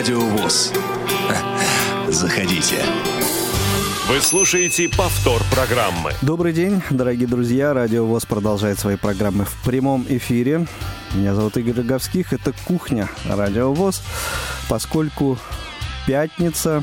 Радио ВОС. Заходите. Вы слушаете повтор программы. Добрый день, дорогие друзья. Радио ВОС продолжает свои программы в прямом эфире. Меня зовут Игорь Роговских. Это «Кухня» Радио ВОС. Поскольку пятница,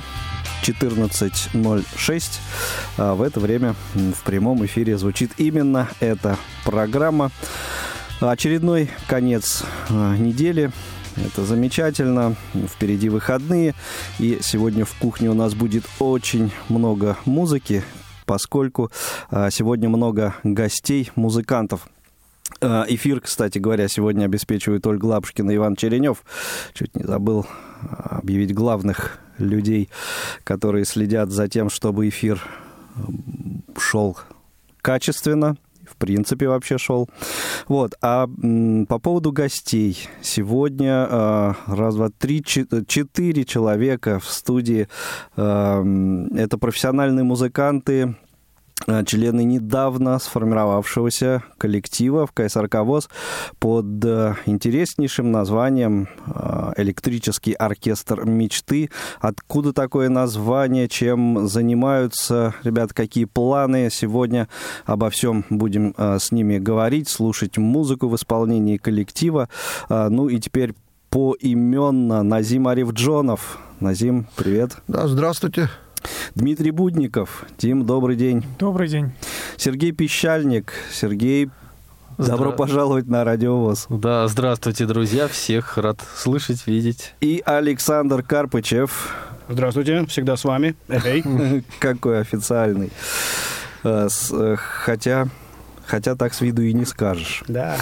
14:06, в это время в прямом эфире звучит именно эта программа. Очередной конец недели. Это замечательно. Впереди выходные. И сегодня в кухне у нас будет очень много музыки, поскольку сегодня много гостей, музыкантов. Эфир, кстати говоря, сегодня обеспечивает Ольга Лапушкина и Иван Черенев. Чуть не забыл объявить главных людей, которые следят за тем, чтобы эфир шел качественно. В принципе, вообще шел. Вот. А по поводу гостей. Сегодня раз, два, три, 4 человека в студии. Это профессиональные музыканты, члены недавно сформировавшегося коллектива в КСРК ВОС под интереснейшим названием «Электрический оркестр мечты». Откуда такое название, чем занимаются ребята, какие планы? Сегодня обо всем будем с ними говорить, слушать музыку в исполнении коллектива. Ну и теперь поименно Назим Арифджонов. Назим, привет. Да, здравствуйте. Дмитрий Будников. Тим, добрый день. Добрый день. Сергей Пищальник. Сергей, добро пожаловать на Радио ВОС. Да, здравствуйте, друзья. Всех рад слышать, видеть. И Александр Карпычев. Здравствуйте, всегда с вами. Какой официальный. Хотя так с виду и не скажешь. Да.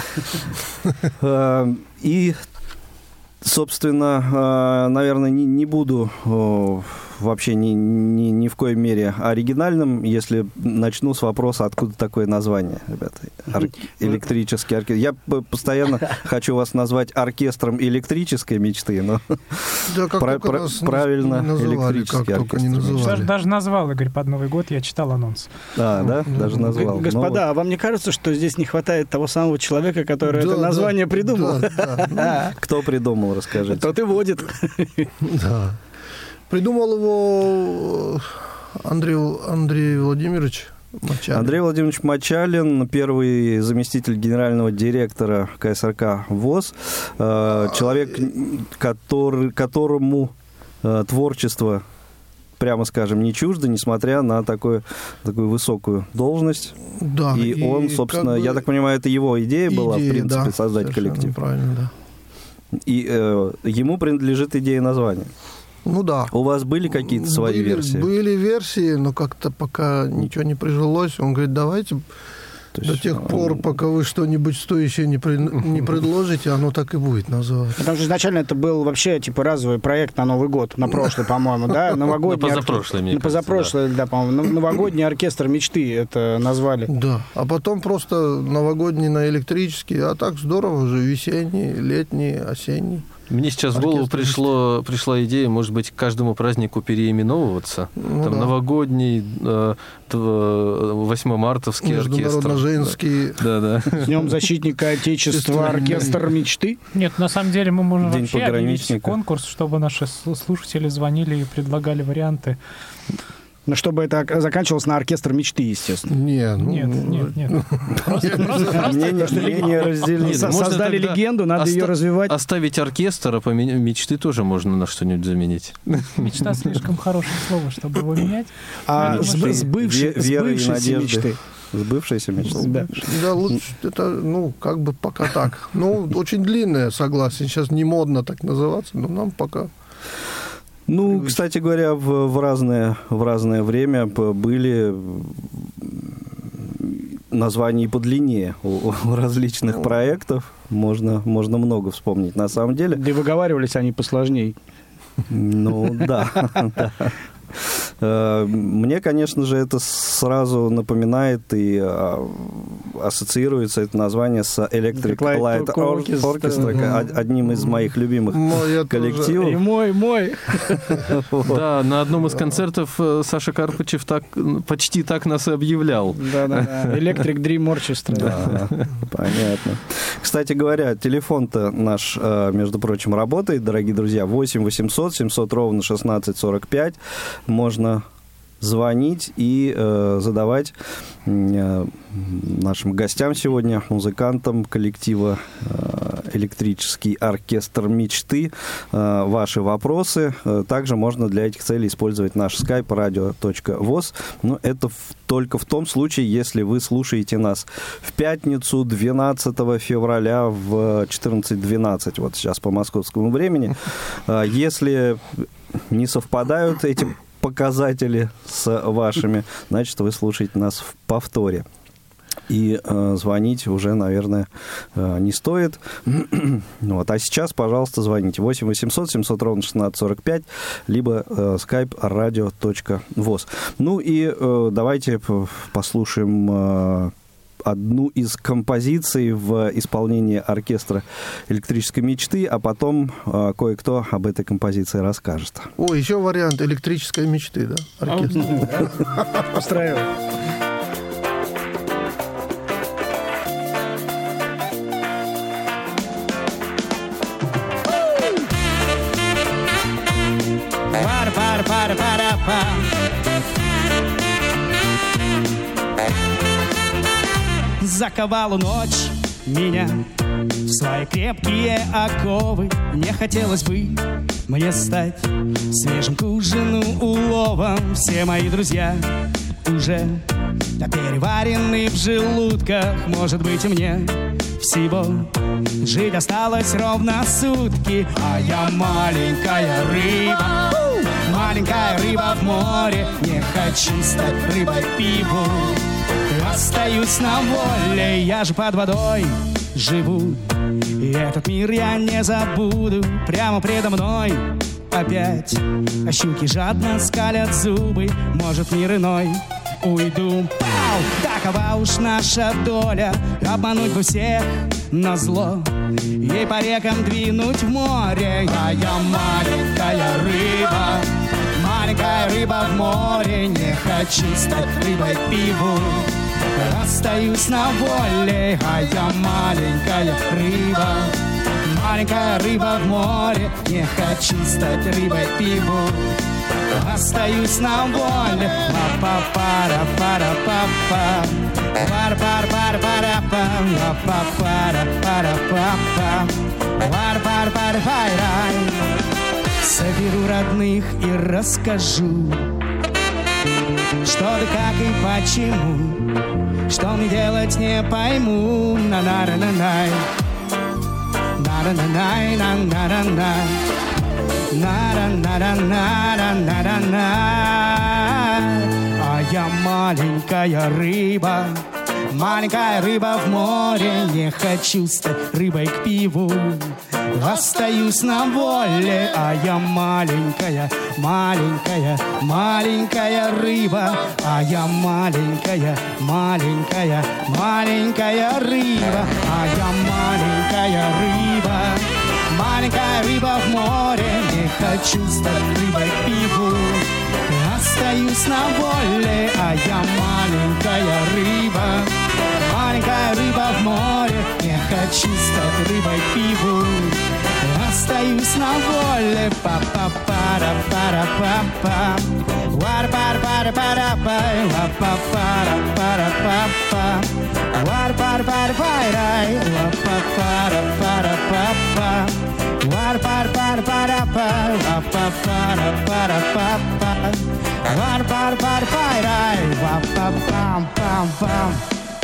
И, собственно, наверное, не буду вообще ни в коей мере оригинальным, если начну с вопроса, откуда такое название, ребята. Электрический оркестр. Я постоянно хочу вас назвать оркестром электрической мечты, но да, правильно, электрический оркестр. Даже назвал, Игорь, под Новый год, я читал анонс. Да? Даже назвал. Господа, а вам не кажется, что здесь не хватает того самого человека, который это название придумал? Кто придумал, расскажите. Тот и водит. Да. Придумал его Андрей Владимирович Мочалин. Андрей Владимирович Мочалин, первый заместитель генерального директора КСРК ВОС, человек, которому творчество, прямо скажем, не чуждо, несмотря на такую высокую должность. Да, и он, собственно, я так понимаю, это его идея была, в принципе, создать коллектив. Правильно, да. И ему принадлежит идея названия. Ну да. У вас были какие-то свои версии? Были версии, но как-то пока ничего не прижилось. Он говорит, давайте до тех пор, пока вы что-нибудь стоящее не предложите, оно так и будет называться. Потому что изначально это был вообще типа разовый проект на Новый год, на прошлый, по-моему, да? Новогодний позапрошлый, мне кажется. Позапрошлый, да, по-моему. Новогодний оркестр мечты это назвали. Да, а потом просто новогодний на электрический, а так здорово же, весенний, летний, осенний. Мне сейчас в голову пришла идея, может быть, к каждому празднику переименовываться. Там новогодний, 8-мартовский оркестр. Международно-женский. Да. С Днем защитника Отечества оркестр мечты. Нет, на самом деле мы можем День вообще объявить пограничника. конкурс, чтобы наши слушатели звонили и предлагали варианты. Но чтобы это заканчивалось на оркестр мечты, естественно. Нет. Мнение разделили. Создали легенду, надо ее развивать. Оставить оркестр, а по мечты тоже можно на что-нибудь заменить. Мечта слишком хорошее слово, чтобы его менять. А сбывшиеся мечты. Сбывшиеся мечты. Да, лучше это, как бы пока так. Очень длинное, согласен. Сейчас не модно так называться, но нам пока... Кстати говоря, в разное время были названия и подлиннее у различных проектов. Можно много вспомнить, на самом деле. Да и выговаривались они посложнее. Да. Мне, конечно же, это сразу напоминает и ассоциируется это название с Electric Light Orchestra, одним из моих любимых коллективов. И мой. Да, на одном из концертов Саша Карпычев почти так нас и объявлял. Да. Electric Dream Orchestra. Да, понятно. Кстати говоря, телефон-то наш, между прочим, работает, дорогие друзья. 8 800 700 ровно 1645. Можно звонить и задавать нашим гостям сегодня, музыкантам коллектива «Электрический оркестр мечты», ваши вопросы. Также можно для этих целей использовать наш skype radio.voz. Но это только в том случае, если вы слушаете нас в пятницу 12 февраля в 14:12, вот сейчас по московскому времени. Если не совпадают эти показатели с вашими, значит, вы слушаете нас в повторе. И звонить уже, наверное, не стоит. Вот. А сейчас, пожалуйста, звоните. 8 800 700 ровно 1645, либо skype radio.voz. Ну и давайте послушаем одну из композиций в исполнении оркестра «Электрической мечты», а потом кое-кто об этой композиции расскажет. О, еще вариант «Электрической мечты», да? Оркестр. Устраивает. Заковала ночь меня в свои крепкие оковы. Не хотелось бы мне стать свежим к ужину уловом. Все мои друзья уже переварены в желудках. Может быть, и мне всего жить осталось ровно сутки. А я маленькая рыба, маленькая рыба в море. Не хочу стать рыбой пиву, остаюсь на воле. Я же под водой живу, и этот мир я не забуду. Прямо предо мной опять щуки жадно скалят зубы. Может, мир иной уйду. Пау! Такова уж наша доля, обмануть бы всех назло, ей по рекам двинуть в море. А я маленькая рыба, маленькая рыба в море. Не хочу стать рыбой пиву, остаюсь на воле. А я маленькая рыба, маленькая рыба в море. Не хочу стать рыбой пиву, остаюсь на воле. Ла-па-пара-пара-па-па, пар-пар-пар-пара-па, ла-па-пара-пара-па-па, пар-пар-пар-пай-рай. Соберу родных и расскажу, что да как и почему. Что мне делать, не пойму. На-на-на-на-най, на-на-на-най, на-на-на-най, на-на-на-на-на-на-на. А я маленькая рыба, маленькая рыба в море. Не хочу стать рыбой к пиву, остаюсь на воле. А я маленькая, маленькая, маленькая рыба. А я маленькая, маленькая, маленькая рыба. А я маленькая рыба, маленькая рыба в море. Не хочу стать рыбой к пиву, остаюсь на воле. А я маленькая рыба, маленькая рыба в море. Не хочу стать рыбой к пиву, остаюсь на воле. Па-па-пара-пара-па-па, вар-пар-пара-пара-па, ла-па-пара-пара-па-па, вар-пар-пар-пай-рай, ла-па-пара-пара-па-па, вар-пар-пар-пара-па, ла-па-пара-пара-па-па, вар-пар-пар-пай-рай, ва-па-пам-пам-пам.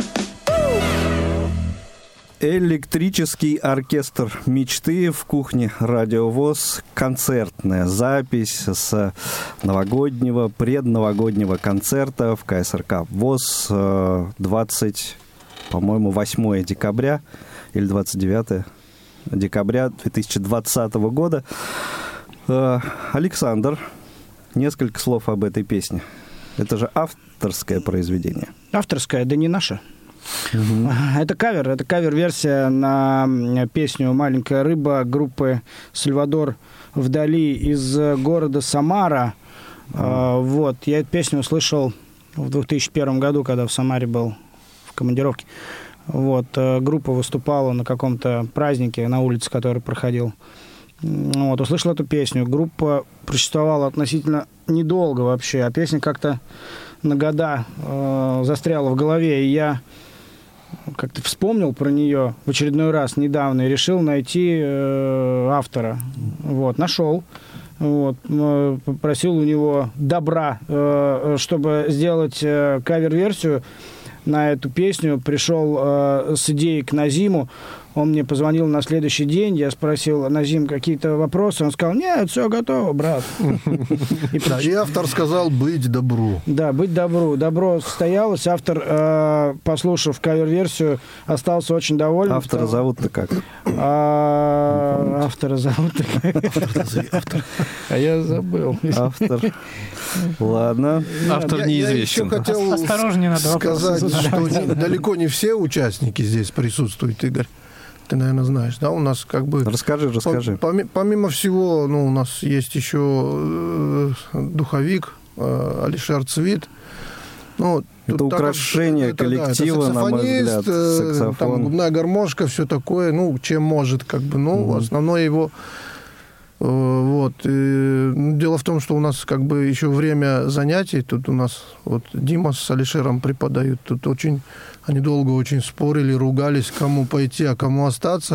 Электрический оркестр мечты в кухне Радио ВОС. Концертная запись с новогоднего, предновогоднего концерта в КСРК ВОС 8 декабря или 29 декабря 2020 года. Александр Несколько слов об этой песне. Это же авторское произведение. Авторское, да не наше. Это кавер-версия на песню «Маленькая рыба» группы «Сальвадор вдали» из города Самара. Вот. Я эту песню услышал в 2001 году, когда в Самаре был в командировке. Вот. Группа выступала на каком-то празднике на улице, который проходил. Вот. Услышал эту песню. Группа просуществовала относительно недолго вообще, а песня как-то на года застряла в голове, и я как-то вспомнил про нее в очередной раз недавно и решил найти автора. Вот. Нашел. Вот. Попросил у него добра, чтобы сделать кавер-версию на эту песню. Пришел с идеей к Назиму. Он мне позвонил на следующий день. Я спросил: Назим, какие-то вопросы? Он сказал: нет, все готово, брат. И автор сказал: быть добру. Да, быть добру. Добро состоялось. Автор, послушав кавер-версию, остался очень доволен. Автора зовут-то как? Автора зовут-то как? А я забыл. Автор. Ладно. Автор неизвестен. Я еще хотел Осторожнее надо сказать, что далеко не все участники здесь присутствуют, Игорь. Ты, наверное, знаешь, да? У нас как бы... Расскажи. Помимо всего, у нас есть еще духовик Алишер Цвит. Это украшение коллектива, на мой взгляд, саксофон. Там губная гармошка, все такое, чем может, как бы, основное его... Вот. Дело в том, что у нас как бы еще время занятий. Тут у нас вот Дима с Алишером преподают. Тут они долго очень спорили, ругались, кому пойти, а кому остаться.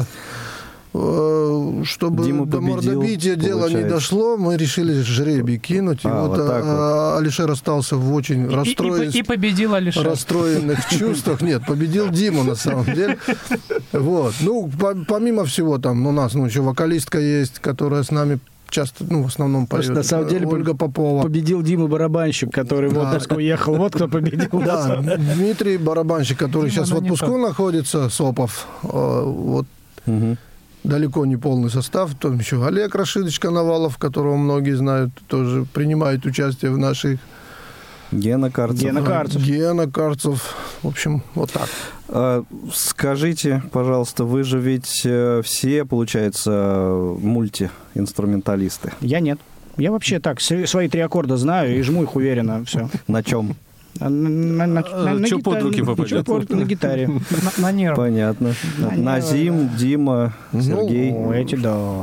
Чтобы Дима до победил, мордобития дело не дошло, мы решили жребий кинуть. И вот Алишер остался в очень И победил Алишер. расстроенных чувствах. Нет, победил Дима, на самом деле. Вот. Помимо всего, там у нас еще вокалистка есть, которая с нами часто, в основном поет. На самом деле Ольга Попова. Победил Дима барабанщик, который в отпуск уехал. Вот кто победил. Да, Дмитрий барабанщик, который сейчас в отпуску находится, Сопов. Вот. Далеко не полный состав. Там еще Олег Рашидович Коновалов, которого многие знают, тоже принимает участие в наших... Гена Карцев. В общем, вот так. Скажите, пожалуйста, вы же ведь все, получается, мультиинструменталисты. Я нет. Я вообще так, свои 3 аккорда знаю и жму их уверенно. Все. На чем? Что под руки попадет? На гитаре. На нервах. Понятно. Назим, Дима, Сергей. Эти да.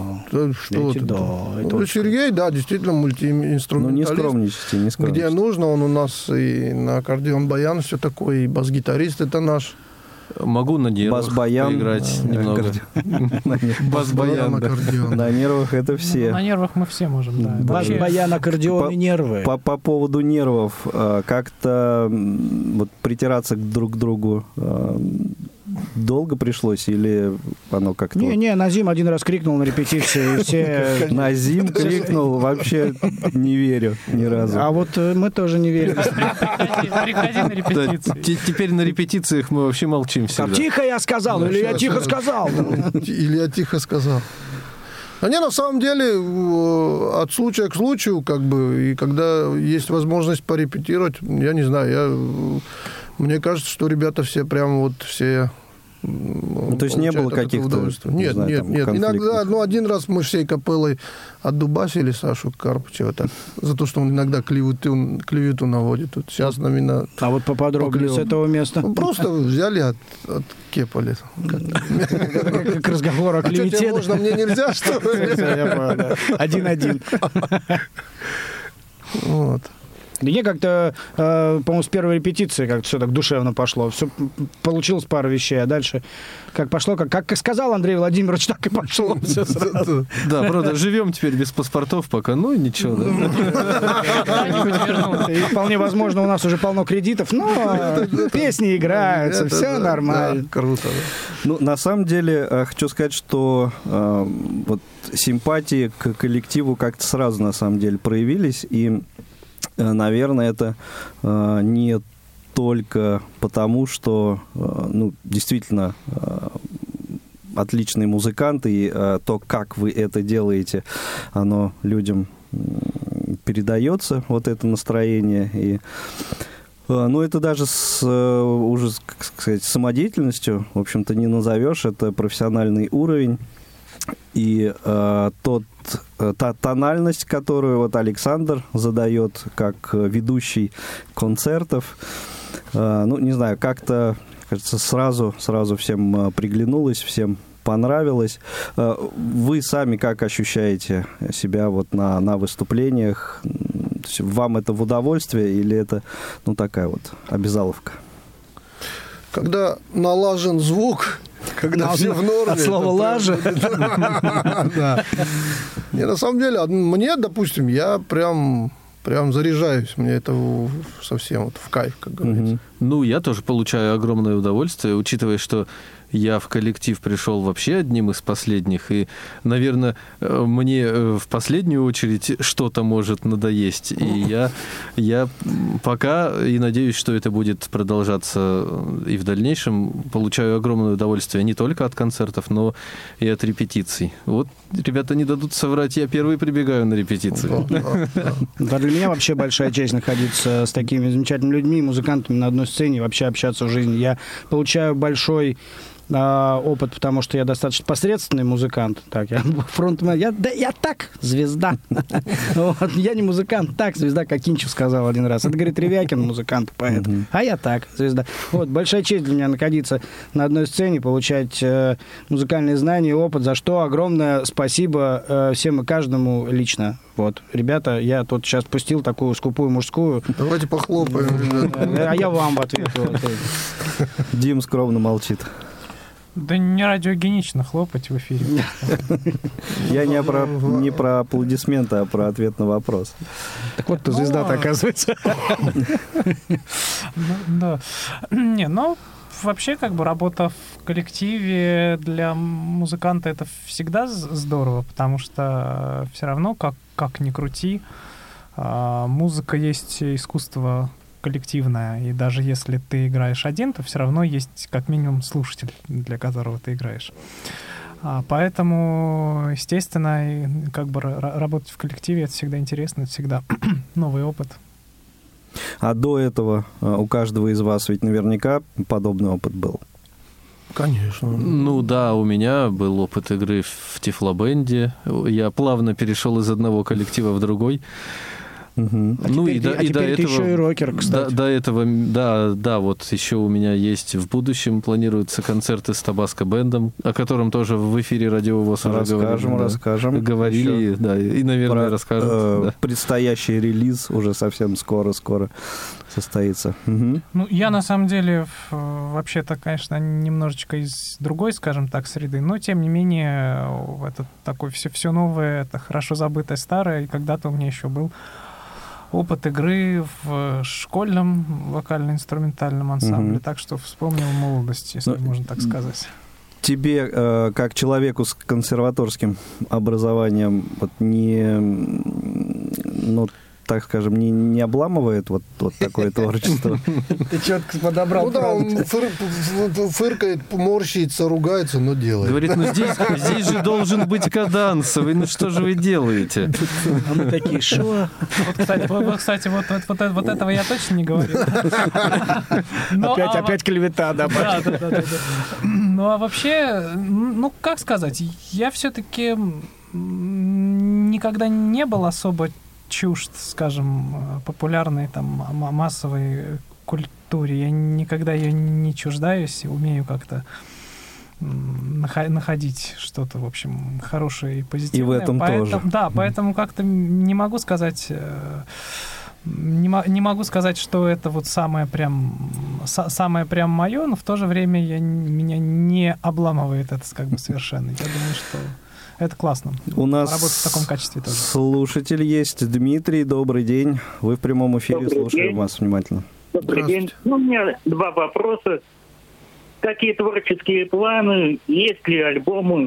Сергей, да, действительно мультиинструменталист. Не скромничайте. Где нужно, он у нас и на аккордеон, баян, все такое, и бас-гитарист это наш. Могу на нервах поиграть немного. Бас-баян, на нервах это все. На нервах мы все можем, да. Бас-баян, аккордеон и нервы. По поводу нервов, как-то притираться друг к другу долго пришлось или оно как-то... Не, Назим один раз крикнул на репетиции, все... Назим крикнул, вообще не верю ни разу. А вот мы тоже не верим. Приходи на репетиции. Теперь на репетициях мы вообще молчим всегда. Тихо я сказал, или я тихо сказал. Или я тихо сказал. На самом деле, от случая к случаю, как бы, и когда есть возможность порепетировать, я не знаю, мне кажется, что ребята все прям вот все... то есть не было каких-то... Нет. Иногда, один раз мы всей капеллой отдубасили Сашу Карпычева так, за то, что он иногда клевету наводит. Тут сейчас на А вот поподробнее с этого места. Просто взяли, откепали. К разговору о клевете. Тебе можно, мне нельзя, что ли? 1-1. Вот. Мне как-то, по-моему, с первой репетиции как-то все так душевно пошло. Все получилось пару вещей, а дальше как пошло, как сказал Андрей Владимирович, так и пошло. Все сразу. Да, правда, живем теперь без паспортов пока, и ничего. И вполне возможно, у нас уже полно кредитов, но песни играются, все нормально. Круто. На самом деле, хочу сказать, что вот симпатии к коллективу как-то сразу, на самом деле, проявились, и наверное, это не только потому, что, действительно, отличные музыканты, и то, как вы это делаете, оно людям передается вот это настроение. И, ну, это даже уже, как сказать, самодеятельностью, в общем-то, не назовешь. Это профессиональный уровень. И та тональность, которую вот Александр задает как ведущий концертов, ну, не знаю, как-то, кажется, сразу всем приглянулось, всем понравилось. Вы сами как ощущаете себя вот на выступлениях? Вам это в удовольствие или это, ну, такая вот обязаловка? Когда налажен звук, когда все в норме. От слова «лажа». Да. Не, на самом деле, мне, допустим, я прям заряжаюсь. Мне это совсем вот в кайф, как говорится. Ну, я тоже получаю огромное удовольствие, учитывая, что я в коллектив пришел вообще одним из последних, и, наверное, мне в последнюю очередь что-то может надоесть. И я пока, и надеюсь, что это будет продолжаться и в дальнейшем, получаю огромное удовольствие не только от концертов, но и от репетиций. Вот ребята не дадут соврать, я первый прибегаю на репетиции. Да, для меня вообще большая честь находиться с такими замечательными людьми, музыкантами на одной сцене, вообще общаться в жизни. Я получаю большой опыт, потому что я достаточно посредственный музыкант. Так, я фронтмен. Я так, звезда. Я не музыкант, так, звезда, как Кинчев сказал один раз. Это, говорит, Ревякин, музыкант, поэт. А я так, звезда. Вот, большая честь для меня находиться на одной сцене, получать музыкальные знания и опыт, за что огромное спасибо всем и каждому лично. Вот, ребята, я тут сейчас пустил такую скупую мужскую. Давайте похлопаем. А я вам в ответ. Дим скромно молчит. Да не радиогенично хлопать в эфире. Я не про аплодисменты, а про ответ на вопрос. Так вот, ты звезда-то, оказывается. Да. Не, ну, вообще, как бы, работа в коллективе для музыканта — это всегда здорово, потому что все равно, как ни крути, музыка есть искусство коллективная, и даже если ты играешь один, то все равно есть как минимум слушатель, для которого ты играешь. Поэтому, естественно, как бы работать в коллективе — это всегда интересно, это всегда новый опыт. А до этого у каждого из вас ведь наверняка подобный опыт был. Конечно. Ну да, у меня был опыт игры в Тифлобенде. Я плавно перешел из одного коллектива в другой. Ну и до этого еще и рокер, кстати. До этого, да, вот еще у меня есть в будущем планируются концерты с Табаско Бендом, о котором тоже в эфире Радио ВОС уже расскажем. Говорили, еще да, и, наверное, расскажем. Предстоящий релиз уже совсем скоро состоится. Ну, я на самом деле вообще-то, конечно, немножечко из другой, скажем так, среды, но тем не менее это такое все новое, это хорошо забытое старое, и когда-то у меня еще был опыт игры в школьном вокально-инструментальном ансамбле, так что вспомнил молодость, если можно так сказать. Тебе, как человеку с консерваторским образованием, вот так скажем, не обламывает вот такое творчество? Ты четко подобрал. Ну да, он фыркает, морщится, ругается, но делает. Говорит, ну здесь же должен быть каданс. Ну что же вы делаете? А мы такие, шо? Кстати, вот этого я точно не говорил. Опять клевета, да? Да. Ну а вообще, ну как сказать, я все-таки никогда не был особо чужд, скажем, популярной там массовой культуре. Я никогда ее не чуждаюсь, умею как-то находить что-то, в общем, хорошее и позитивное. И в этом тоже. Да, поэтому как-то не могу сказать, что это вот самое прям мое, но в то же время меня не обламывает это как бы совершенно. Я думаю, что это классно. У нас работать в таком качестве тоже. Слушатель есть. Дмитрий, добрый день. Вы в прямом эфире, Добрый слушаем день. вас внимательно. Добрый день. У меня два вопроса. Какие творческие планы? Есть ли альбомы?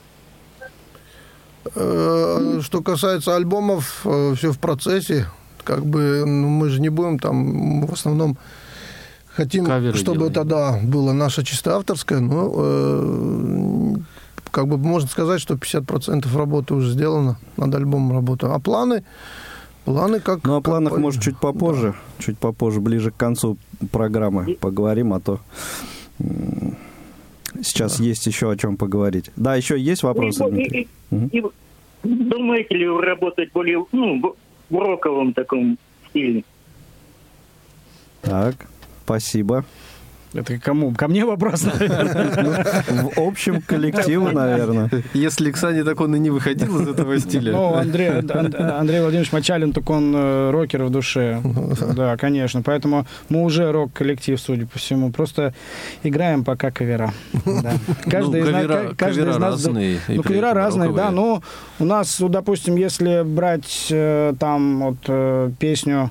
Что касается альбомов, все в процессе. Как бы мы же не будем там, в основном хотим, каверы чтобы делаем. это было наше чисто авторское, но как бы можно сказать, что 50% работы уже сделано, над альбомом работаю. А планы Планы как... Ну, о планах, может, чуть попозже, ближе к концу программы поговорим, а то сейчас есть еще о чем поговорить. Да, еще есть вопросы, Дмитрий? Думаете ли вы работать более, в роковом таком стиле? Так, спасибо. Это кому? Ко мне вопрос, наверное. В общем коллективу, наверное. Если к Сане, так он и не выходил из этого стиля. Ну, Андрей Владимирович Мочалин, так он рокер в душе. Да, конечно. Поэтому мы уже рок-коллектив, судя по всему. Просто играем пока кавера. Кавера разные. Ну, кавера разные, да. Ну, у нас, допустим, если брать там вот песню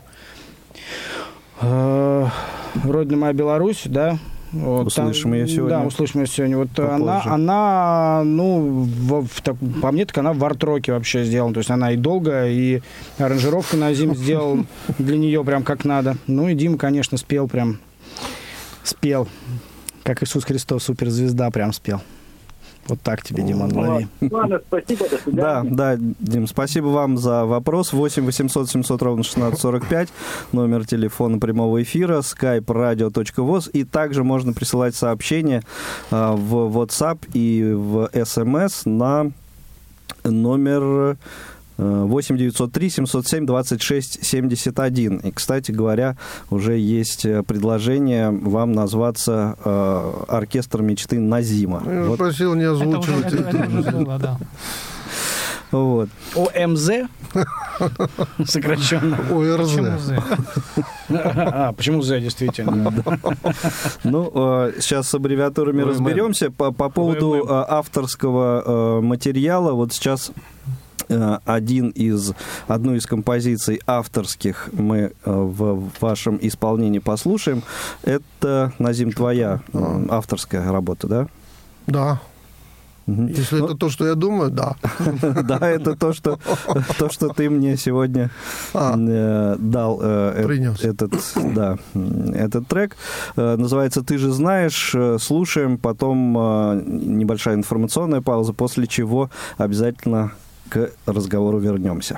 «Родина моя Беларусь», да. Вот, услышим ее сегодня. Да, услышим ее сегодня. Вот она, по мне, так она в арт-роке вообще сделана. То есть она и долгая, и аранжировку Назим сделал для нее прям как надо. Ну и Дима, конечно, спел. Как Иисус Христос, суперзвезда, прям спел. Вот так тебе, Димон, лови. Ладно, спасибо, до свидания. Да, Дим, спасибо вам за вопрос. 8 800 700 ровно 1645, номер телефона прямого эфира, skype radio.voz. И также можно присылать сообщения в WhatsApp и в SMS на номер 8 903 707 26 71. И, кстати говоря, уже есть предложение вам назваться оркестр мечты Назима. Я просил не озвучивать. Это уже было, да. Вот. ОМЗ? Сокращенно. ОРЗ. Почему З? Почему З, действительно? Ну, сейчас с аббревиатурами разберемся. По поводу авторского материала, вот сейчас одну из композиций авторских мы в вашем исполнении послушаем. Это, Назим, твоя авторская работа, да? Да. Если это то, что я думаю, да. Да, это то, что ты мне сегодня дал этот трек. Называется «Ты же знаешь». Слушаем, потом небольшая информационная пауза, после чего обязательно к разговору вернемся.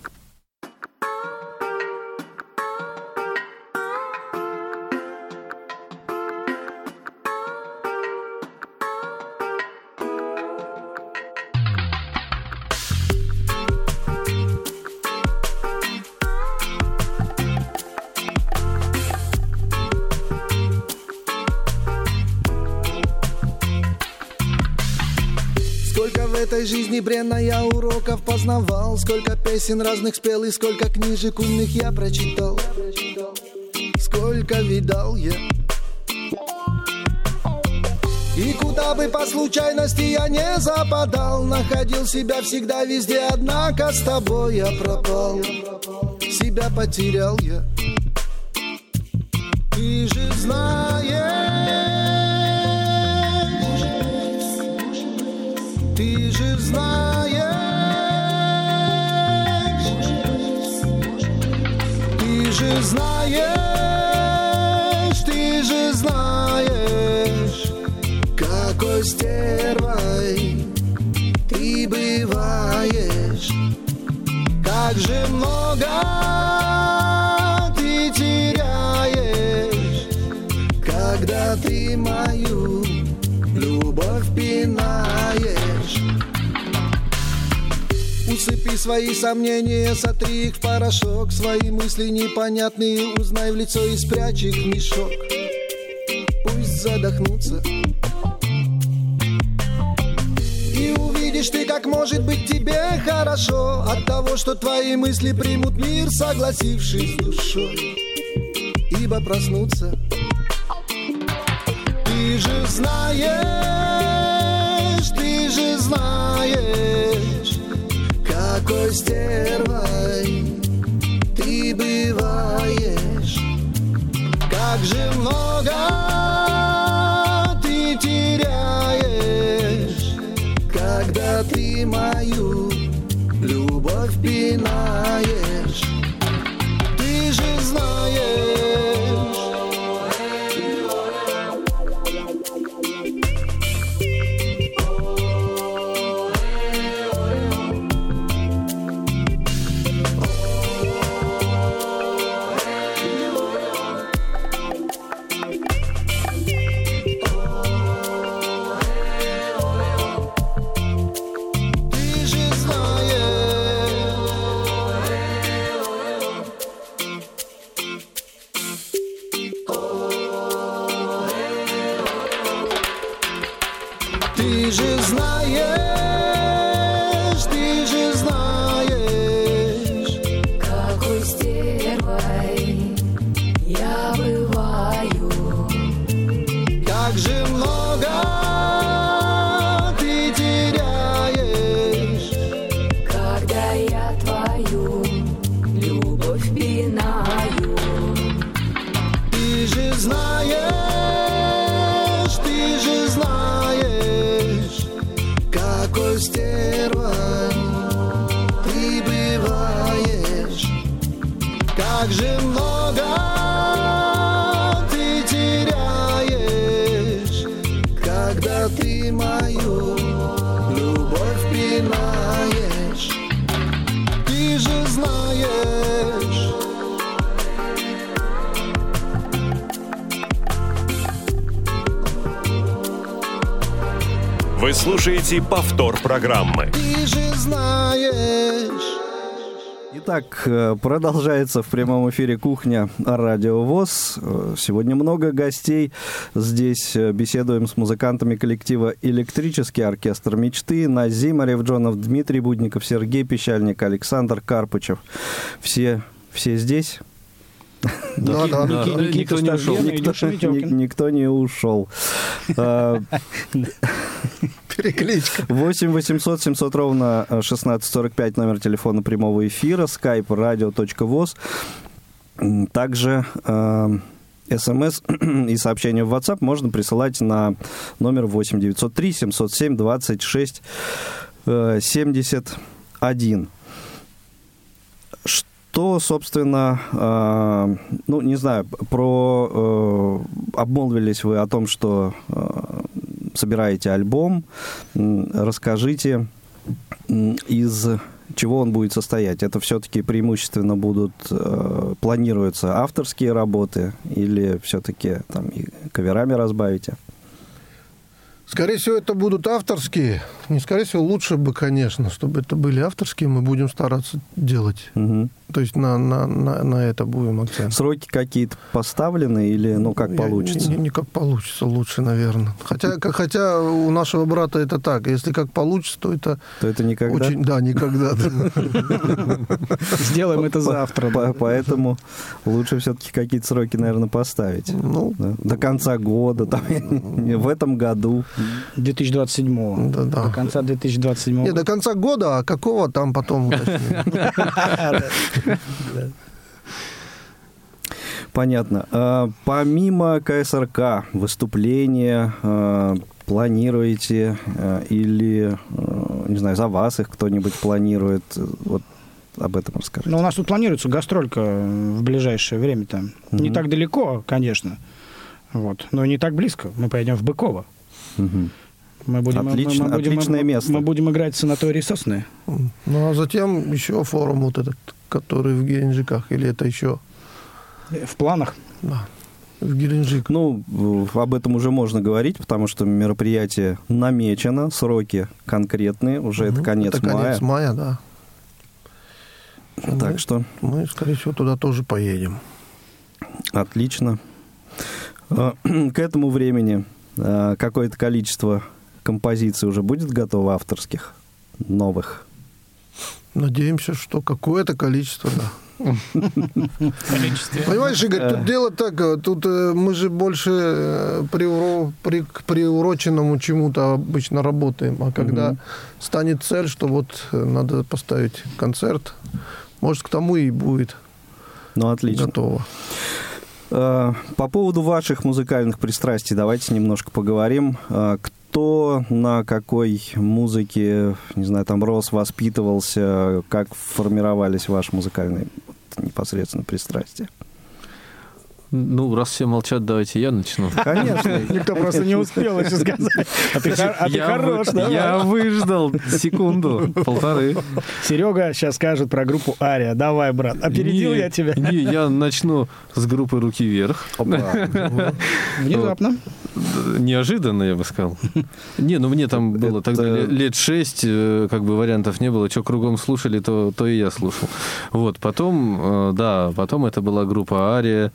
Сколько в этой жизни бренно я уроков познавал, сколько песен разных спел и сколько книжек умных я прочитал, сколько видал я. И куда бы по случайности я не западал, находил себя всегда везде, однако с тобой я пропал, себя потерял я. Ты же знаешь, ты же знаешь, ты же знаешь, ты же знаешь, какой стервой ты бываешь, как же много ты теряешь, когда ты мою любовь пинаешь. Усыпи свои сомнения, сотри их в порошок, свои мысли непонятные узнай в лицо и спрячь их в мешок. Пусть задохнутся. И увидишь ты, как может быть тебе хорошо от того, что твои мысли примут мир, согласившись с душой, ибо проснутся. Ты же знаешь, ты же знаешь, какой стервой ты бываешь, как же много ты теряешь, когда ты мою любовь пинаешь. Ты же знаешь. Ты же знаешь, какой стервой я бываю. Как же много ты теряешь, когда я твою любовь пинаю. Ты же знаешь, какой стервой ты бываешь. Как же много ты теряешь, когда ты мою любовь пинаешь. Ты же знаешь. Вы слушаете повтор программы. Ты же знаешь. Итак, продолжается в прямом эфире «Кухня Радио ВОС». Сегодня много гостей. Здесь беседуем с музыкантами коллектива «Электрический оркестр мечты». Назим Аревджонов, Дмитрий Будников, Сергей Пещальник, Александр Карпычев. Все здесь? Да. Никто не ушел. Никто не ушел. Перекличка. 8 800 700 ровно 1645 номер телефона прямого эфира, skype radio.voz. Также СМС и сообщения в WhatsApp можно присылать на номер 8 903 707 26 71. Что, собственно, не знаю, обмолвились вы о том, что собираете альбом. Расскажите, из чего он будет состоять? Это все-таки преимущественно планируются авторские работы или все-таки там и каверами разбавите? Скорее всего, это будут авторские. Не скорее всего, лучше бы, конечно, чтобы это были авторские, мы будем стараться делать. Угу. То есть на это будем акцент. Сроки какие-то поставлены или как получится? Не как получится, лучше, наверное. Хотя у нашего брата это так. Если как получится, то это никогда? Никогда. Сделаем это завтра. Поэтому лучше все-таки какие-то сроки, наверное, поставить. До конца года, в этом году. 2027-го. Да. До конца 2027-го. Не, до конца года, а какого там потом уточним. Понятно. Помимо КСРК, выступления планируете или, не знаю, за вас их кто-нибудь планирует? Вот об этом расскажите. У нас тут планируется гастролька в ближайшее время-то. Не так далеко, конечно, но не так близко. Мы поедем в Быково. Отличное место. Мы будем играть в санатории «Сосны». А затем еще форум вот этот, который в Геленджиках, или это еще? В планах. Да, в Геленджик. Об этом уже можно говорить, потому что мероприятие намечено, сроки конкретные, уже это конец мая. Это конец мая, да. Так что... Мы, скорее всего, туда тоже поедем. Отлично. К этому времени какое-то количество композиций уже будет готово, авторских, новых? Надеемся, что какое-то количество, да. Понимаешь, Игорь, тут дело так, тут мы же больше к приуроченному чему-то обычно работаем, а когда станет цель, что вот надо поставить концерт, может, к тому и будет отлично. Готово. По поводу ваших музыкальных пристрастий давайте немножко поговорим. Кто на какой музыке, не знаю, там рос, воспитывался, как формировались ваши музыкальные непосредственно пристрастия? Раз все молчат, давайте я начну. Конечно. Никто просто не успел еще сказать. А ты хорош, да? Я выждал секунду, полторы. Серега сейчас скажет про группу «Ария». Давай, брат, опередил я тебя. Я начну с группы «Руки вверх». Внезапно. Неожиданно, я бы сказал. Мне там было тогда лет 6, вариантов не было. Что кругом слушали, то и я слушал. Потом это была группа «Ария».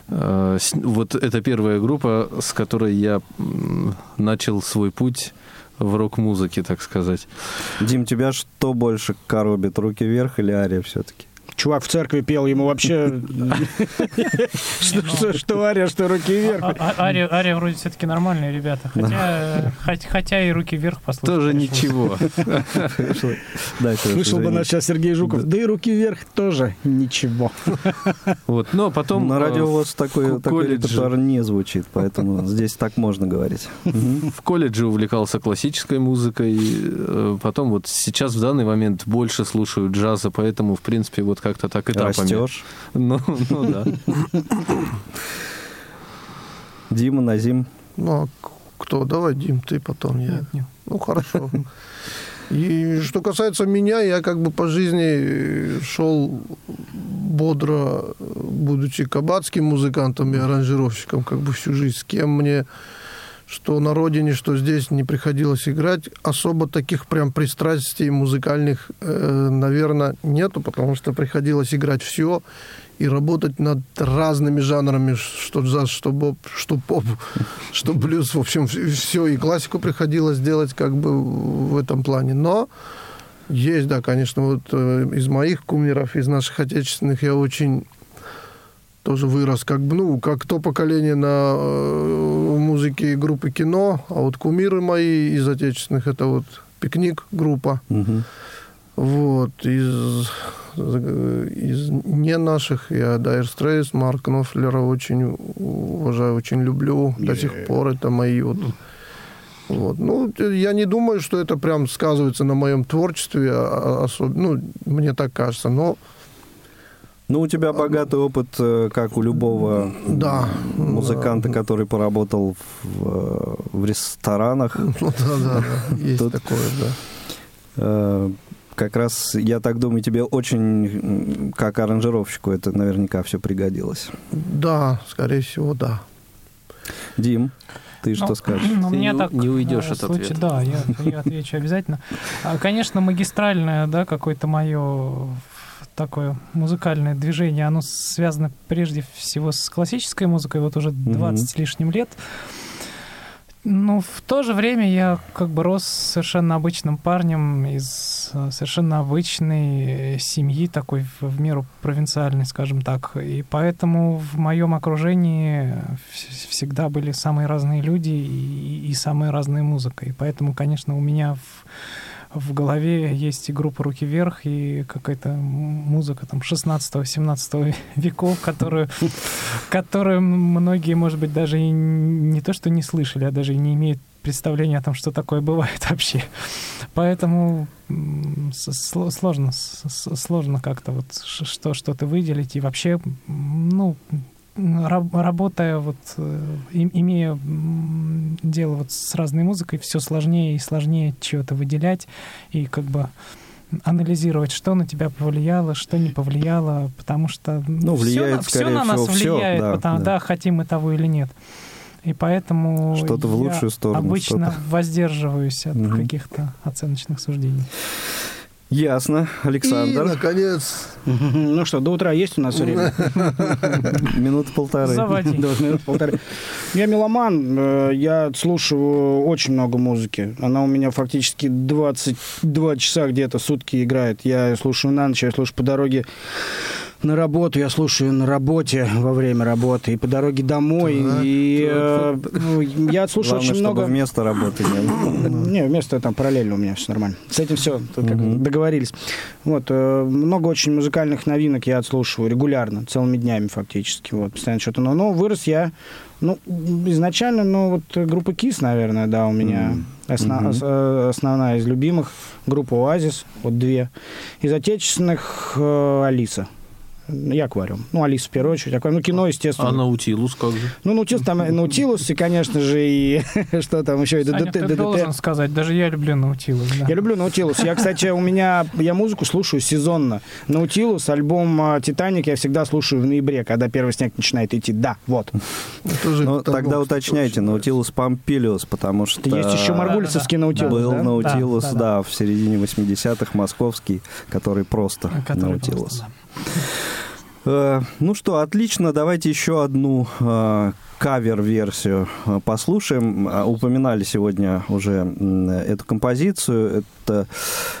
Вот это первая группа, с которой я начал свой путь в рок-музыке, так сказать. Дим, тебя что больше коробит, руки вверх или Ария все-таки? Чувак в церкви пел, ему вообще что Ария, что руки вверх. Ария вроде все-таки нормальные ребята, хотя и руки вверх послушать. Тоже ничего. Слышал бы нас сейчас Сергей Жуков, да и руки вверх тоже ничего. Вот, но потом... На радио у вас такой репертуар не звучит, поэтому здесь так можно говорить. В колледже увлекался классической музыкой, потом вот сейчас в данный момент больше слушаю джаза, поэтому, в принципе, вот как-то так этапами. Растешь. Ну да. Дима, Назим. Ну, а кто? Давай, Дим, ты, потом я. Нет. Ну, хорошо. И что касается меня, я как бы по жизни шел бодро, будучи кабацким музыкантом и аранжировщиком, как бы всю жизнь. С кем мне что на родине, что здесь не приходилось играть. Особо таких прям пристрастий музыкальных, наверное, нету, потому что приходилось играть все и работать над разными жанрами, что джаз, что боп, что поп, что блюз. В общем, все. И классику приходилось делать как бы в этом плане. Но есть, да, конечно, вот из моих кумиров, из наших отечественных я очень... тоже вырос, как бы, ну, как то поколение на музыке группы Кино, а вот кумиры мои из отечественных, это вот Пикник группа. Вот, из не наших я Dire Straits, Марк Knopfler очень уважаю, очень люблю, до сих пор это мои вот. Вот. Ну, я не думаю, что это прям сказывается на моем творчестве, особенно, ну, мне так кажется, но ну, у тебя богатый опыт, как у любого музыканта, который поработал в ресторанах. Ну, да, есть тут, такое, да. Как раз, я так думаю, тебе очень, как аранжировщику, это наверняка все пригодилось. Да, скорее всего, да. Дим, ты что скажешь? Ну, ты так, не уйдешь от ответа. Да, я отвечу обязательно. Конечно, магистральное, да, какое-то мое... такое музыкальное движение, оно связано прежде всего с классической музыкой, вот уже 20 с лишним лет. Но в то же время я как бы рос совершенно обычным парнем из совершенно обычной семьи, такой в меру провинциальной, скажем так. И поэтому в моем окружении всегда были самые разные люди и самая разная музыка. И поэтому, конечно, у меня в голове есть и группа «Руки вверх», и какая-то музыка там 16-17 веков, которую многие, может быть, даже и не то, что не слышали, а даже и не имеют представления о том, что такое бывает вообще. Поэтому сложно как-то вот что-то выделить. И вообще, ну, работая, вот, имея дело вот с разной музыкой, все сложнее и сложнее чего-то выделять и как бы анализировать, что на тебя повлияло, что не повлияло, потому что влияет, все на нас влияет, да, хотим мы того или нет. И поэтому что-то в лучшую сторону, обычно воздерживаюсь от каких-то оценочных суждений. Ясно. Александр. И, наконец... Ну что, до утра есть у нас время? Минуты полторы. Заводи. Минуты полторы. Я меломан, я слушаю очень много музыки. Она у меня фактически 22 часа где-то сутки играет. Я слушаю на ночь, я слушаю по дороге на работу, я слушаю на работе во время работы, и по дороге домой, я слушаю очень много... Чтобы вместо работы не вместо, там параллельно у меня все нормально. С этим все, договорились. Вот, много очень музыкальных новинок я отслушиваю регулярно, целыми днями фактически, вот, постоянно что-то. Но вырос я, изначально, вот группа KISS, наверное, да, у меня основная из любимых, группа Oasis, вот две. Из отечественных Алиса. И Аквариум. Алиса в первую очередь. Аквариум. Кино, естественно. А Наутилус как же? Наутилус, там Наутилус, и, конечно же, и что там еще? Саня, ты должен сказать, даже я люблю Наутилус. Да. Я люблю Наутилус. Я, кстати, я музыку слушаю сезонно. Наутилус, альбом «Титаник» я всегда слушаю в ноябре, когда первый снег начинает идти. Да, вот. Тогда уточняйте, Наутилус Помпилиус, потому что... Есть еще маргулисовский Наутилус, был Наутилус, да, в середине 80-х, московский, который просто Наутилус. Ну что, отлично, давайте еще одну кавер-версию послушаем. Упоминали сегодня уже эту композицию. Это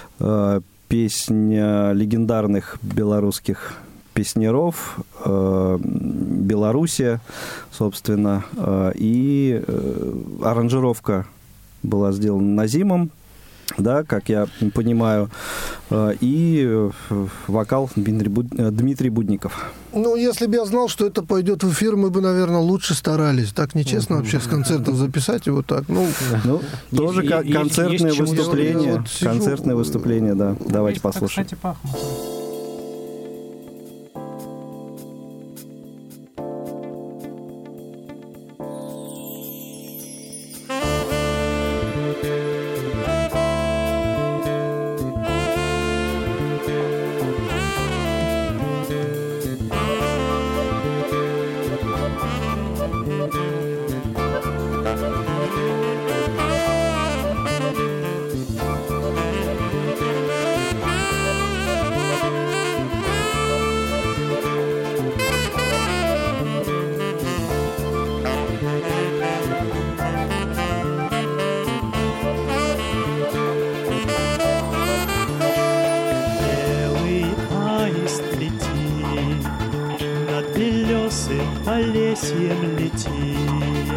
песня легендарных белорусских песняров, Белоруссия, собственно, и аранжировка была сделана Назимом, да, как я понимаю, и вокал Дмитрий Будников. Ну, если бы я знал, что это пойдет в эфир, мы бы, наверное, лучше старались. Так нечестно вообще с концертом записать его так. Ну тоже концертное выступление. Концертное выступление, да. Давайте послушаем. Кстати, пахнет. Полесьем летит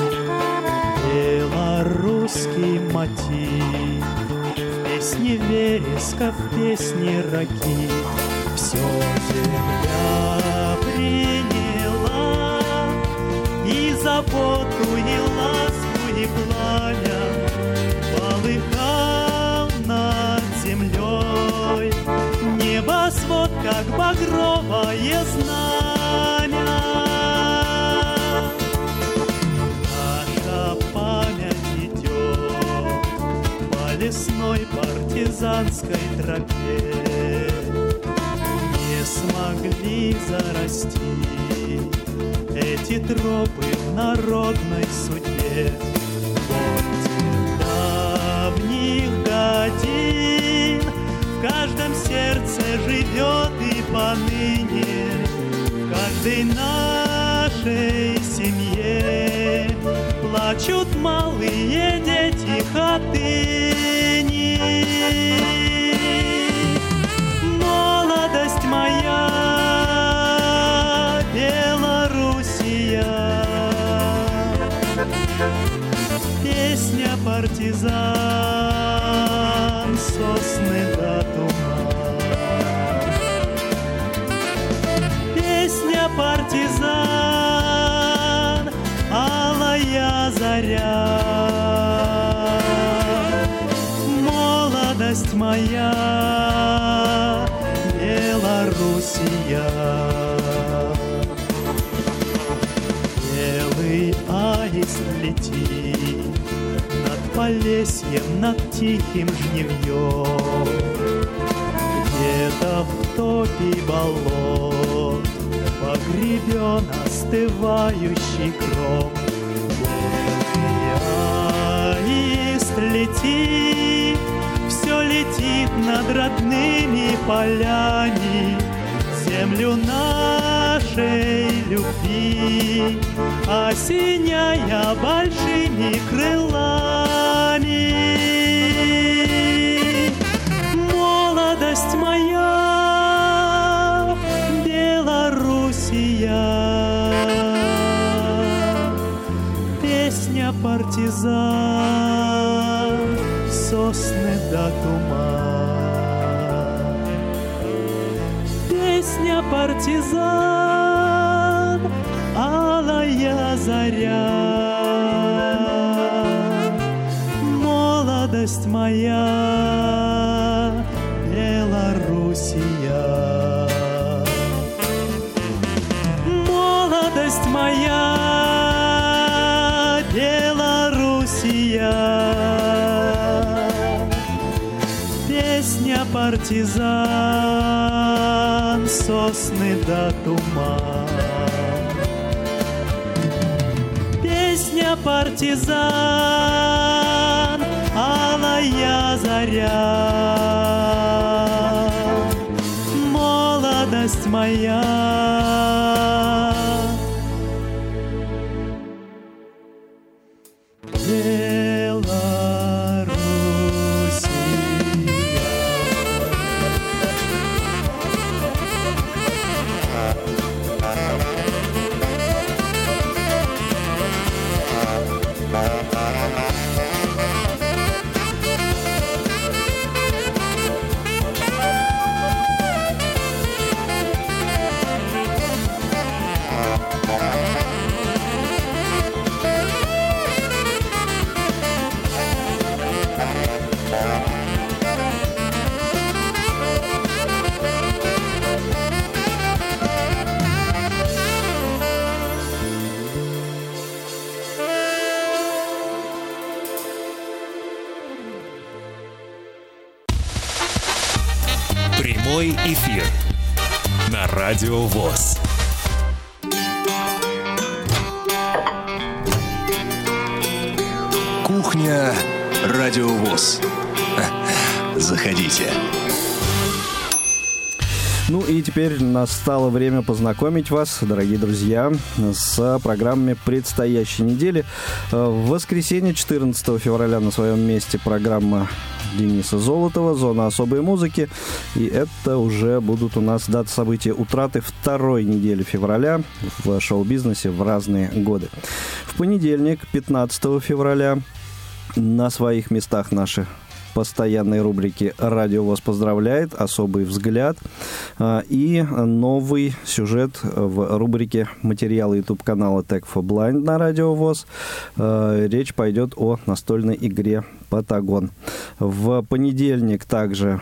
белорусский мотив, в песне вереска, в песне раки. Все земля приняла и заботу, и ласку, и пламя полыхал над землей. Небосвод, как багровое знамя. Лесной партизанской тропе не смогли зарасти эти тропы в народной судьбе. Боль давних годин в каждом сердце живет и поныне, в каждой нашей семье плачут малые дети хаты. Молодость моя, Белоруссия, песня партизан, сосны до туман. Песня партизан, алая заря. Молодость моя, Белоруссия. Белый аист летит над Полесьем, над тихим жнивьем. Где-то в топе болот погребен остывающий гром. Белый аист летит, все летит над родными полями, землю нашей любви, осеняя большими крылами. Молодость моя, Белоруссия, песня партизан, сосны до туман. Песня партизан, алая заря. Молодость моя, Белоруссия. Молодость моя, Белоруссия. Песня партизан, сосны до туман. Песня партизан, алая заря. Молодость моя, Прямой эфир на Радио ВОС. Кухня Радио ВОС. Заходите. Ну и теперь настало время познакомить вас, дорогие друзья, с программами предстоящей недели. В воскресенье, 14 февраля, на своем месте программа Дениса Золотова «Зона особой музыки». И это уже будут у нас даты событий утраты второй недели февраля в шоу-бизнесе в разные годы. В понедельник, 15 февраля, на своих местах наши постоянной рубрики «Радио ВОС поздравляет», «Особый взгляд» и новый сюжет в рубрике материалы YouTube-канала Tech for Blind на Радио ВОС. Речь пойдет о настольной игре «Патагон». В понедельник также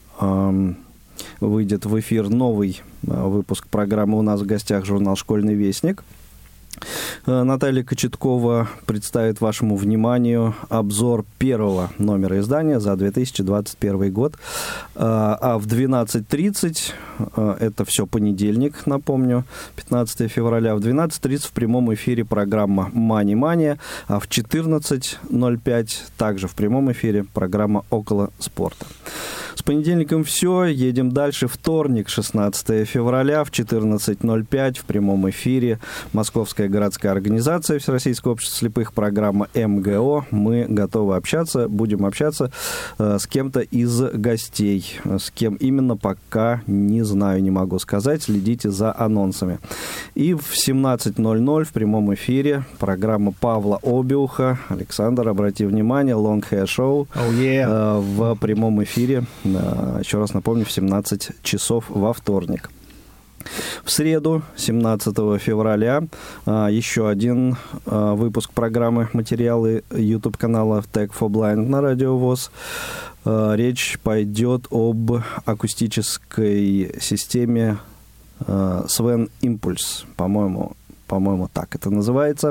выйдет в эфир новый выпуск программы. У нас в гостях журнал «Школьный вестник». Наталья Кочеткова представит вашему вниманию обзор первого номера издания за 2021 год. А в 12:30, это все понедельник, напомню, 15 февраля, в 12:30 в прямом эфире программа «Мани Мания», а в 14:05 также в прямом эфире программа «Около спорта». С понедельником все. Едем дальше. Вторник, 16 февраля, в 14:05 в прямом эфире Московская городская организация Всероссийского общества слепых, программа МГО. Мы готовы общаться, будем общаться с кем-то из гостей. С кем именно, пока не знаю, не могу сказать. Следите за анонсами. И в 17:00 в прямом эфире программа Павла Обиуха. Александр, обрати внимание, Long Hair Show в прямом эфире. Еще раз напомню, в 17 часов во вторник. В среду, 17 февраля, еще один выпуск программы «Материалы» YouTube-канала Tech for Blind на Радио ВОС. Речь пойдет об акустической системе Sven Impulse, по-моему, так это называется.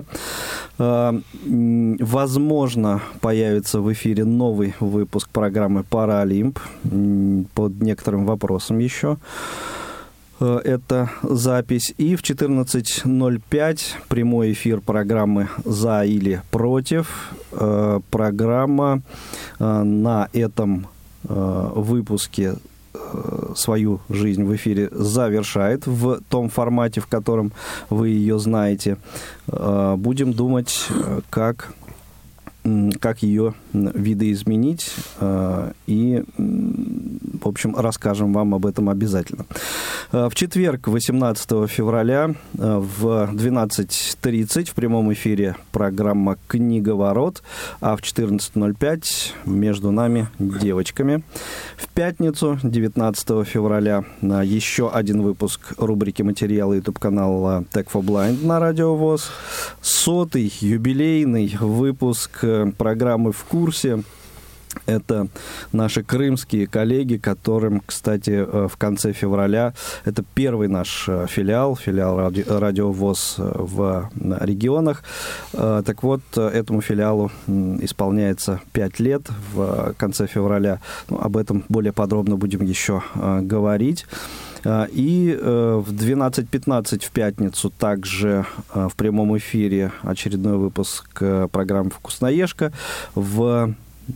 Возможно, появится в эфире новый выпуск программы «Паралимп» под некоторым вопросом еще. Это запись. И в 14:05 прямой эфир программы «За или против». Программа на этом выпуске свою жизнь в эфире завершает в том формате, в котором вы ее знаете. Будем думать, как ее видоизменить, и, в общем, расскажем вам об этом обязательно. В четверг, 18 февраля, в 12:30 в прямом эфире программа «Книговорот», а в 14:05 «Между нами девочками». В пятницу, 19 февраля, еще один выпуск рубрики «Материалы» YouTube-канала Tech for Blind на Радио ВОС. 100-й юбилейный выпуск программы «В курсе». Это наши крымские коллеги, которым, кстати, в конце февраля, это первый наш филиал Радио ВОС в регионах. Так вот, этому филиалу исполняется 5 лет в конце февраля. Об этом более подробно будем еще говорить. И в 12:15 в пятницу также в прямом эфире очередной выпуск программы «Вкусноежка». В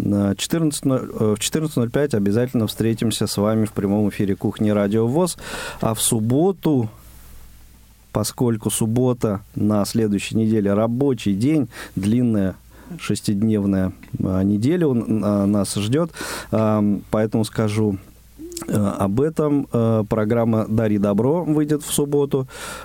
14:05 обязательно встретимся с вами в прямом эфире «Кухни Радио ВОС». А в субботу, поскольку суббота на следующей неделе рабочий день, длинная 6-дневная неделя нас ждет, поэтому скажу об этом. Программа «Дари добро» выйдет в субботу.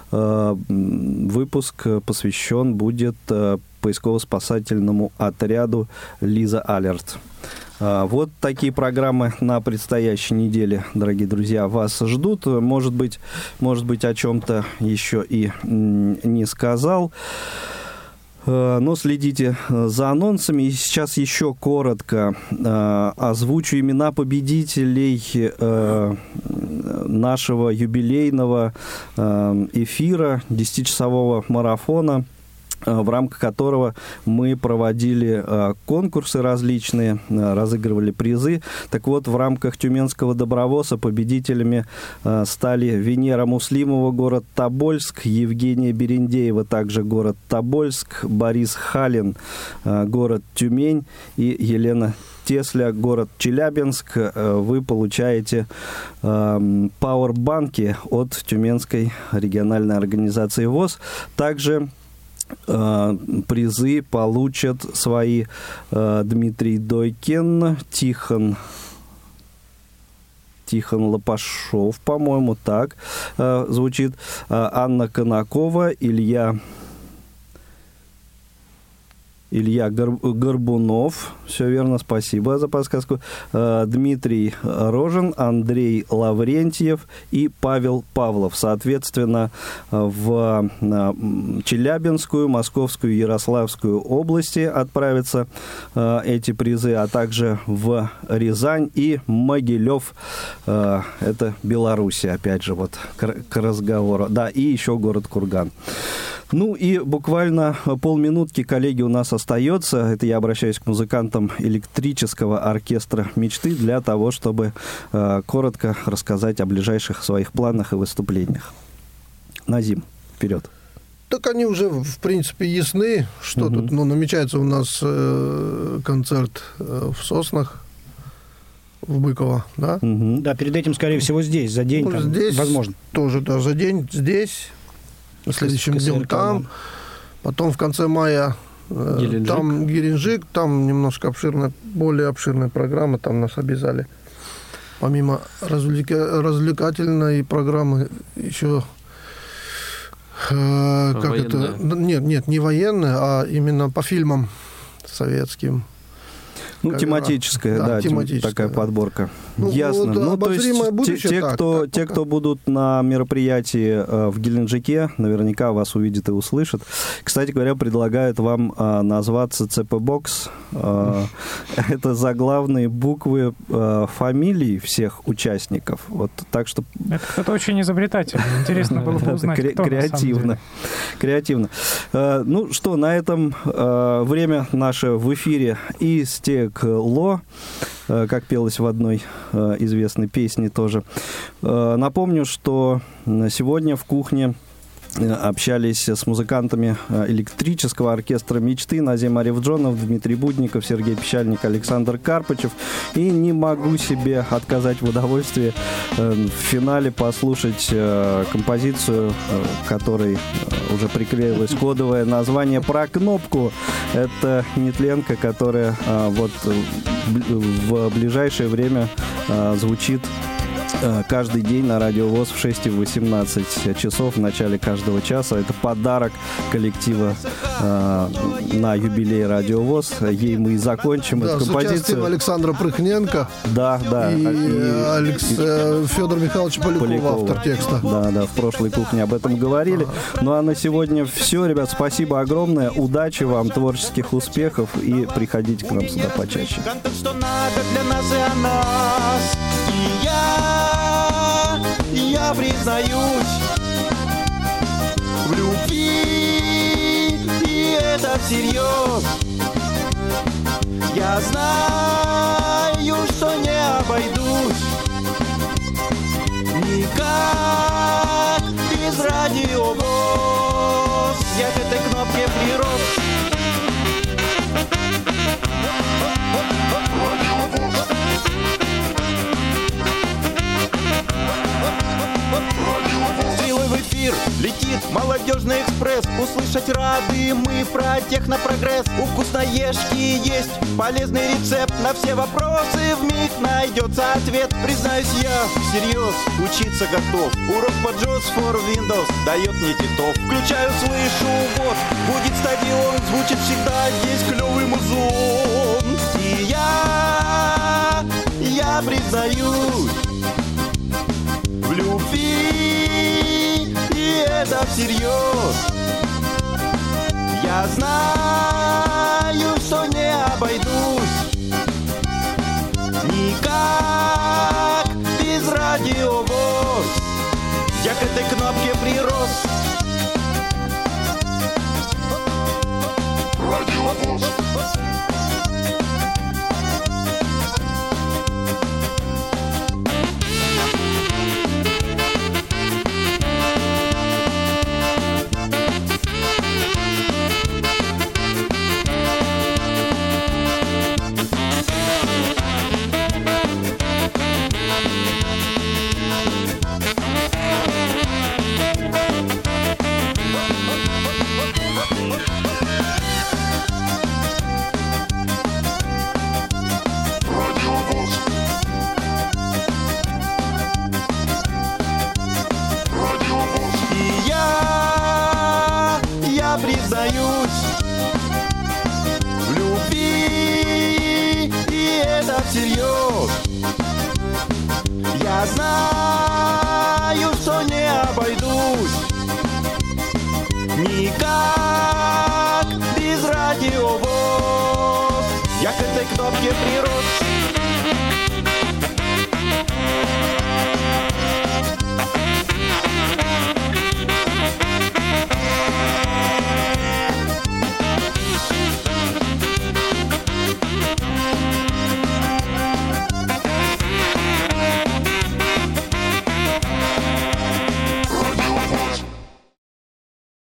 Выпуск посвящен будет поисково-спасательному отряду «Лиза Алерт». Вот такие программы на предстоящей неделе, дорогие друзья, вас ждут. Может быть, о чем-то еще и не сказал. Но следите за анонсами. И сейчас еще коротко озвучу имена победителей нашего юбилейного эфира, 10-часового марафона в рамках которого мы проводили конкурсы различные, разыгрывали призы. Так вот, в рамках Тюменского добровоза победителями стали Венера Муслимова, город Тобольск, Евгения Берендеева, также город Тобольск, Борис Халин, город Тюмень, и Елена Тесля, город Челябинск. Вы получаете пауэрбанки от Тюменской региональной организации ВОС. Также призы получат свои Дмитрий Дойкин, Тихон Лопашов, по-моему, так звучит, Анна Конакова, Илья Горбунов, все верно, спасибо за подсказку, Дмитрий Рожин, Андрей Лаврентьев и Павел Павлов. Соответственно, в Челябинскую, Московскую, Ярославскую области отправятся эти призы, а также в Рязань и Могилев, это Белоруссия, опять же, вот к разговору. Да, и еще город Курган. Ну и буквально полминутки, коллеги, у нас остается. Это я обращаюсь к музыкантам электрического оркестра «Мечты» для того, чтобы коротко рассказать о ближайших своих планах и выступлениях. Назим, вперед. Так они уже, в принципе, ясны, что тут. Ну, намечается у нас концерт в Соснах, в Быково, да? Да, перед этим, скорее всего, здесь, за день, там, здесь возможно. Тоже, да, за день здесь. На следующем днем там, потом в конце мая там Геленджик, там немножко более обширная программа, там нас обязали. Помимо развлекательной программы еще Нет, не военная, а именно по фильмам советским. Ну, тематическая, да, тематическая, такая подборка. Ну, ясно. Вот, ну, то есть те, кто будут на мероприятии в Геленджике, наверняка вас увидят и услышат. Кстати говоря, предлагают вам назваться ЦП-бокс. Это заглавные буквы фамилий всех участников. Вот, так что... Это кто-то очень изобретательный. Интересно было бы узнать, кто креативно. Креативно. Ну что, на этом время наше в эфире истекло, как пелось в одной известной песне тоже. Напомню, что сегодня в кухне общались с музыкантами электрического оркестра «Мечты» Назим Арифджонов, Дмитрий Будников, Сергей Печальник, Александр Карпычев. И не могу себе отказать в удовольствии в финале послушать композицию, которой уже приклеилось кодовое название «Про кнопку». Это нетленка, которая вот в ближайшее время звучит каждый день на Радио ВОС в 6 и 18 часов в начале каждого часа. Это подарок коллектива на юбилей Радио ВОС. Ей мы и закончим эту композицию. С участием Александра Прыхненко. Да. И Федор Михайлович Поляков, автор текста. Да, в прошлой кухне об этом говорили. Ну а на сегодня все, ребят. Спасибо огромное. Удачи вам, творческих успехов и приходите к нам сюда почаще. Что надо для нас и о нас. И я признаюсь в любви, и это всерьез. Я знаю, что не обойдусь никак без радиовоз. Я к этой кнопке прирос. Стрелой в эфир летит молодежный экспресс. Услышать рады мы про технопрогресс. У вкусноежки есть полезный рецепт. На все вопросы вмиг найдется ответ. Признаюсь, я всерьез учиться готов. Урок по JAWS for Windows дает мне титов. Включаю, слышу, вот будет стадион. Звучит всегда здесь клевый музон. И я признаюсь в любви, и это всерьез. Я знаю, что не обойдусь никак без радиовоз. Я к этой кнопке прирос. признаюсь в любви, и это всерьез. Я знаю,